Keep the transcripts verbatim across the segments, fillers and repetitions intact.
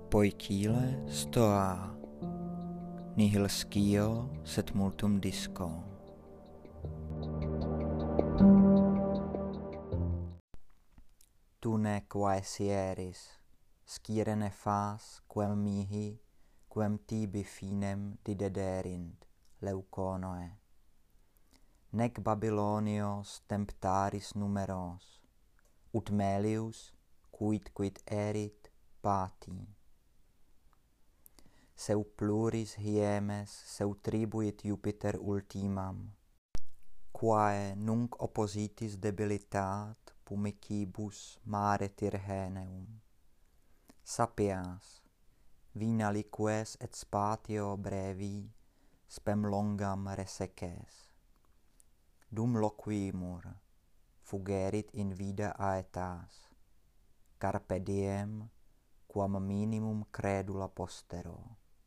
Poikile stoa, nihil scio sed multum disco. Tu ne quaesieris, scire ne fas quem mihi, quem tibi finem didederint, leuconoe. Nec Babylonios temptaris numeros, ut melius, quid quid erit, pati. Seu pluris hiemes seu tribuit Jupiter ultimam, quae nunc oppositis debilitat pumicibus mare Tyrrheneum. Sapias, vina liques et spatio brevi, spem longam reseces. Dum loquimur, fugerit in vida aetas, carpe diem, quam minimum credula postero.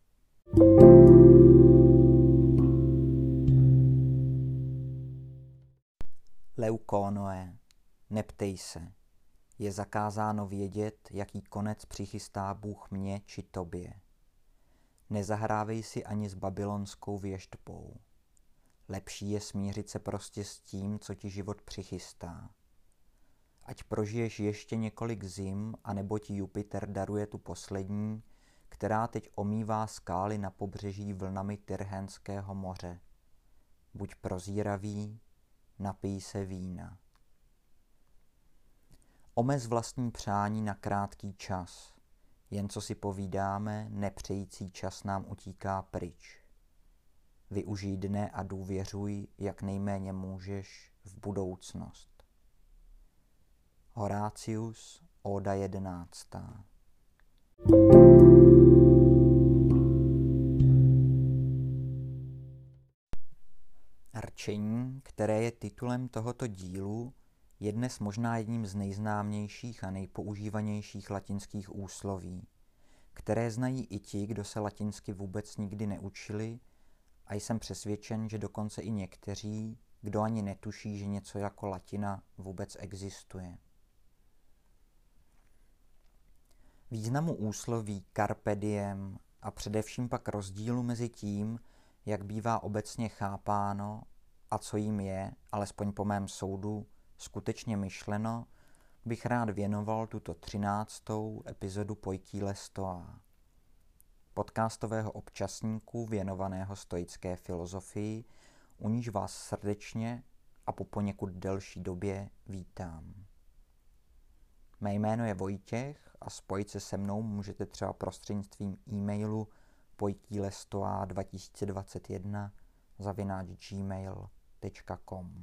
Leuconoe, neptej se, je zakázáno vědět, jaký konec přichystá Bůh mně či tobě. Nezahrávej si ani s babylonskou věštbou. Lepší je smířit se prostě s tím, co ti život přichystá. Ať prožiješ ještě několik zim, anebo ti Jupiter daruje tu poslední, která teď omývá skály na pobřeží vlnami Tyrrhenského moře. Buď prozíravý, napij se vína. Omez vlastní přání na krátký čas, jen co si povídáme, nepřející čas nám utíká pryč. Využij dne a důvěřuj, jak nejméně můžeš, v budoucnost. Horácius, Óda jedenáctá. Rčení, které je titulem tohoto dílu, je dnes možná jedním z nejznámějších a nejpoužívanějších latinských úsloví, které znají i ti, kdo se latinsky vůbec nikdy neučili, a jsem přesvědčen, že dokonce i někteří, kdo ani netuší, že něco jako latina vůbec existuje. Významu úsloví carpe diem a především pak rozdílu mezi tím, jak bývá obecně chápáno a co jim je, alespoň po mém soudu, skutečně myšleno, bych rád věnoval tuto třináctou epizodu Poikile stoa, podcastového občasníku věnovaného stoické filozofii, u níž vás srdečně a po poněkud delší době vítám. Mé jméno je Vojtěch a spojit se se mnou můžete třeba prostřednictvím e-mailu poikilestoa dva tisíce dvacet jedna zavináč gmail tečka com.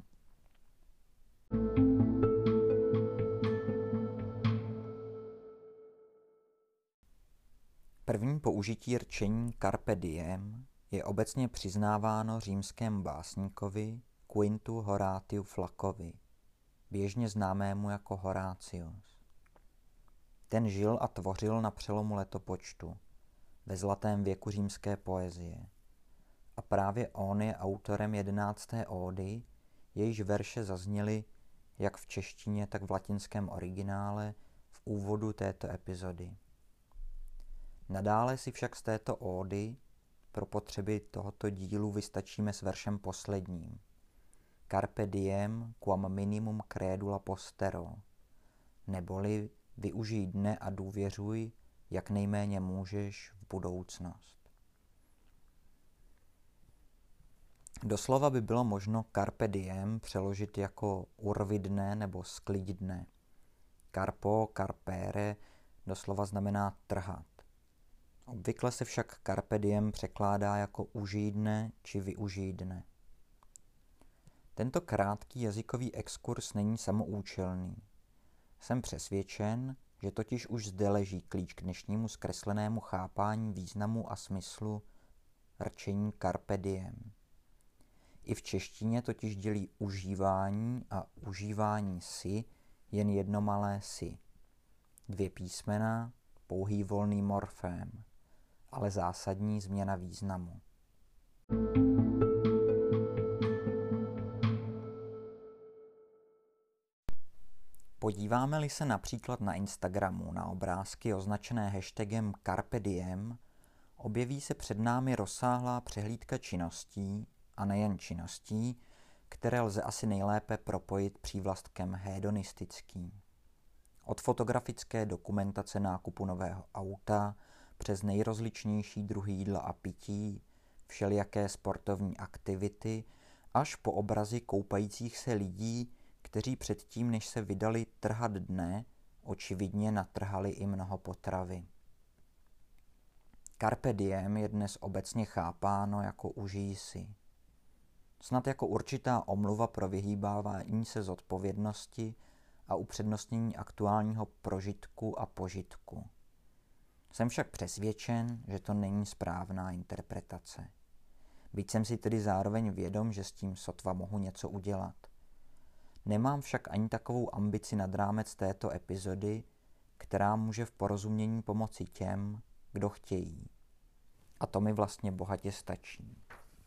První použití rčení carpe diem je obecně přiznáváno římskému básníkovi Quintu Horatiu Flacovi, běžně známému jako Horácius. Ten žil a tvořil na přelomu letopočtu, ve zlatém věku římské poezie. A právě on je autorem jedenácté ódy, jejíž verše zazněly jak v češtině, tak v latinském originále v úvodu této epizody. Nadále si však z této ódy pro potřeby tohoto dílu vystačíme s veršem posledním. Carpe diem quam minimum credula postero, neboli využij dne a důvěřuj, jak nejméně můžeš, v budoucnost. Doslova by bylo možno carpe diem přeložit jako urvi dne nebo skliď dne. Carpo, carpere doslova znamená trhat. Obvykle se však carpe diem překládá jako užij dne či využij dne. Tento krátký jazykový exkurs není samoučelný. Jsem přesvědčen, že totiž už zde leží klíč k dnešnímu zkreslenému chápání významu a smyslu rčení carpe diem. I v češtině totiž dělí užívání a užívání si jen jedno malé si. Dvě písmena, pouhý volný morfém, ale zásadní změna významu. Podíváme-li se například na Instagramu na obrázky označené hashtagem Carpe Diem, objeví se před námi rozsáhlá přehlídka činností, a nejen činností, které lze asi nejlépe propojit přívlastkem hedonistický. Od fotografické dokumentace nákupu nového auta, přes nejrozličnější druhy jídla a pití, všelijaké sportovní aktivity, až po obrazy koupajících se lidí, kteří předtím, než se vydali trhat dne, očividně natrhali i mnoho potravy. Carpe diem je dnes obecně chápáno jako užij si. Snad jako určitá omluva pro vyhýbávání se zodpovědnosti a upřednostnění aktuálního prožitku a požitku. Jsem však přesvědčen, že to není správná interpretace. Byť jsem si tedy zároveň vědom, že s tím sotva mohu něco udělat. Nemám však ani takovou ambici nad rámec této epizody, která může v porozumění pomoci těm, kdo chtějí. A to mi vlastně bohatě stačí.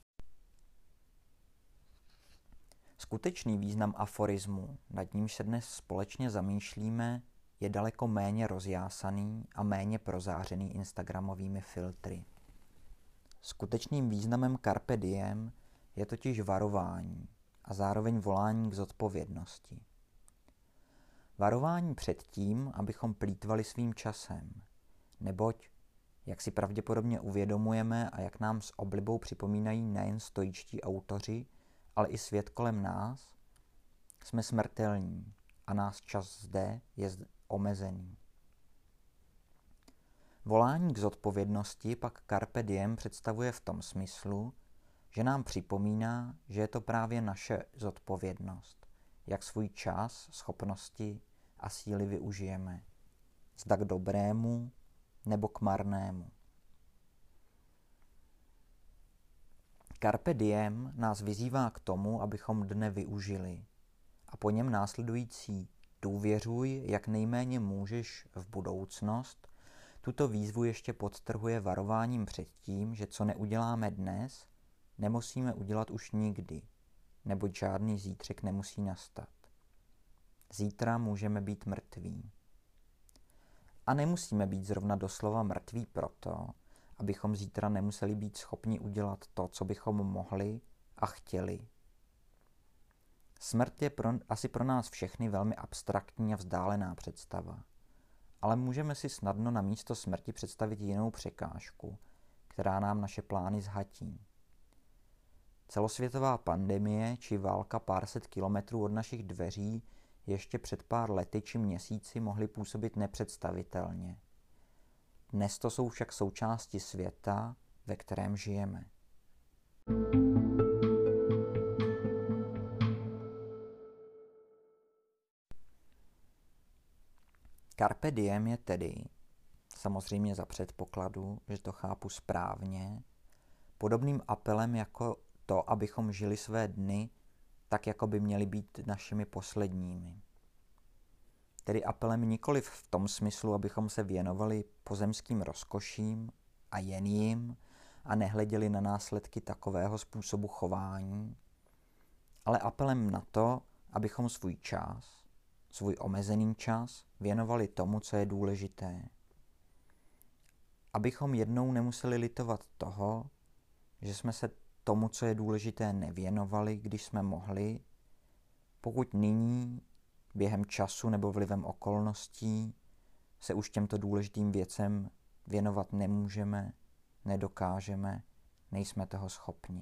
Skutečný význam aforismu, nad nímž se dnes společně zamýšlíme, je daleko méně rozjásaný a méně prozářený instagramovými filtry. Skutečným významem Carpe diem je totiž varování a zároveň volání k zodpovědnosti. Varování před tím, abychom plýtvali svým časem, neboť, jak si pravděpodobně uvědomujeme a jak nám s oblibou připomínají nejen stoičtí autoři, ale i svět kolem nás, jsme smrtelní a náš čas zde je omezený. Volání k zodpovědnosti pak Carpe diem představuje v tom smyslu, že nám připomíná, že je to právě naše zodpovědnost, jak svůj čas, schopnosti a síly využijeme, zda k dobrému nebo k marnému. Carpe diem nás vyzývá k tomu, abychom dne využili a po něm následující důvěřuj, jak nejméně můžeš v budoucnost, tuto výzvu ještě podtrhuje varováním před tím, že co neuděláme dnes, nemusíme udělat už nikdy, neboť žádný zítřek nemusí nastat. Zítra můžeme být mrtví. A nemusíme být zrovna doslova mrtví proto, abychom zítra nemuseli být schopni udělat to, co bychom mohli a chtěli. Smrt je pro, asi pro nás všechny velmi abstraktní a vzdálená představa, ale můžeme si snadno na místo smrti představit jinou překážku, která nám naše plány zhatí. Celosvětová pandemie či válka pár set kilometrů od našich dveří ještě před pár lety či měsíci mohly působit nepředstavitelně. Dnes to jsou však součásti světa, ve kterém žijeme. Carpe diem je tedy, samozřejmě za předpokladu, že to chápu správně, podobným apelem jako to, abychom žili své dny tak, jako by měly být našimi posledními. Tedy apelem nikoliv v tom smyslu, abychom se věnovali pozemským rozkoším a jen jim a nehleděli na následky takového způsobu chování, ale apelem na to, abychom svůj čas, svůj omezený čas věnovali tomu, co je důležité. Abychom jednou nemuseli litovat toho, že jsme se tomu, co je důležité, nevěnovali, když jsme mohli, pokud nyní, během času nebo vlivem okolností, se už těmto důležitým věcem věnovat nemůžeme, nedokážeme, nejsme toho schopni.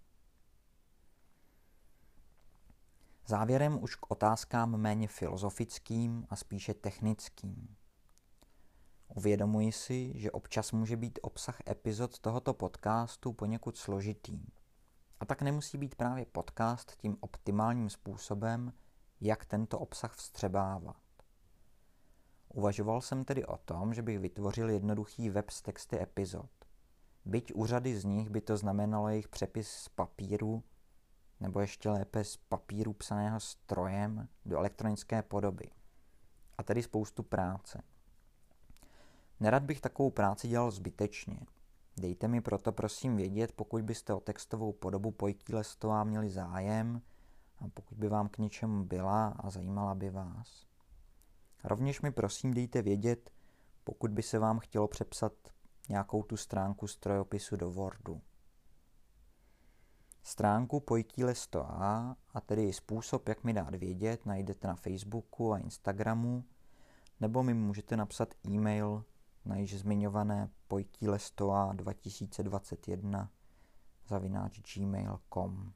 Závěrem už k otázkám méně filozofickým a spíše technickým. Uvědomuji si, že občas může být obsah epizod tohoto podcastu poněkud složitý. A tak nemusí být právě podcast tím optimálním způsobem, jak tento obsah vstřebávat. Uvažoval jsem tedy o tom, že bych vytvořil jednoduchý web s texty epizod. Byť u řady z nich by to znamenalo jejich přepis z papíru, nebo ještě lépe z papíru psaného strojem do elektronické podoby. A tedy spoustu práce. Nerad bych takovou práci dělal zbytečně. Dejte mi proto prosím vědět, pokud byste o textovou podobu Pojky Lestová měli zájem a pokud by vám k něčemu byla a zajímala by vás. Rovněž mi prosím dejte vědět, pokud by se vám chtělo přepsat nějakou tu stránku strojopisu do Wordu. Stránku Pojtíle sto a, a tedy i způsob, jak mi dát vědět, najdete na Facebooku a Instagramu, nebo mi můžete napsat e-mail na již zmiňované pojtíle sto a dva tisíce dvacet jedna zavináč gmail tečka com.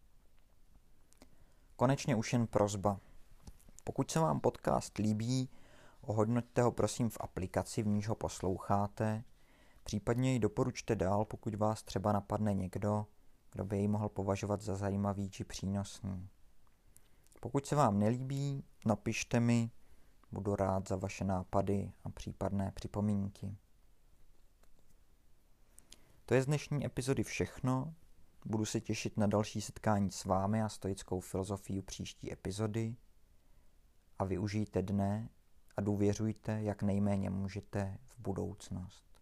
Konečně už jen prosba. Pokud se vám podcast líbí, ohodnoťte ho prosím v aplikaci, v níž ho posloucháte, případně ji doporučte dál, pokud vás třeba napadne někdo, kdo by jej mohl považovat za zajímavý či přínosný. Pokud se vám nelíbí, napište mi, budu rád za vaše nápady a případné připomínky. To je z dnešní epizody všechno. Budu se těšit na další setkání s vámi a stoickou filozofií příští epizody. A využijte dne a důvěřujte, jak nejméně můžete, v budoucnost.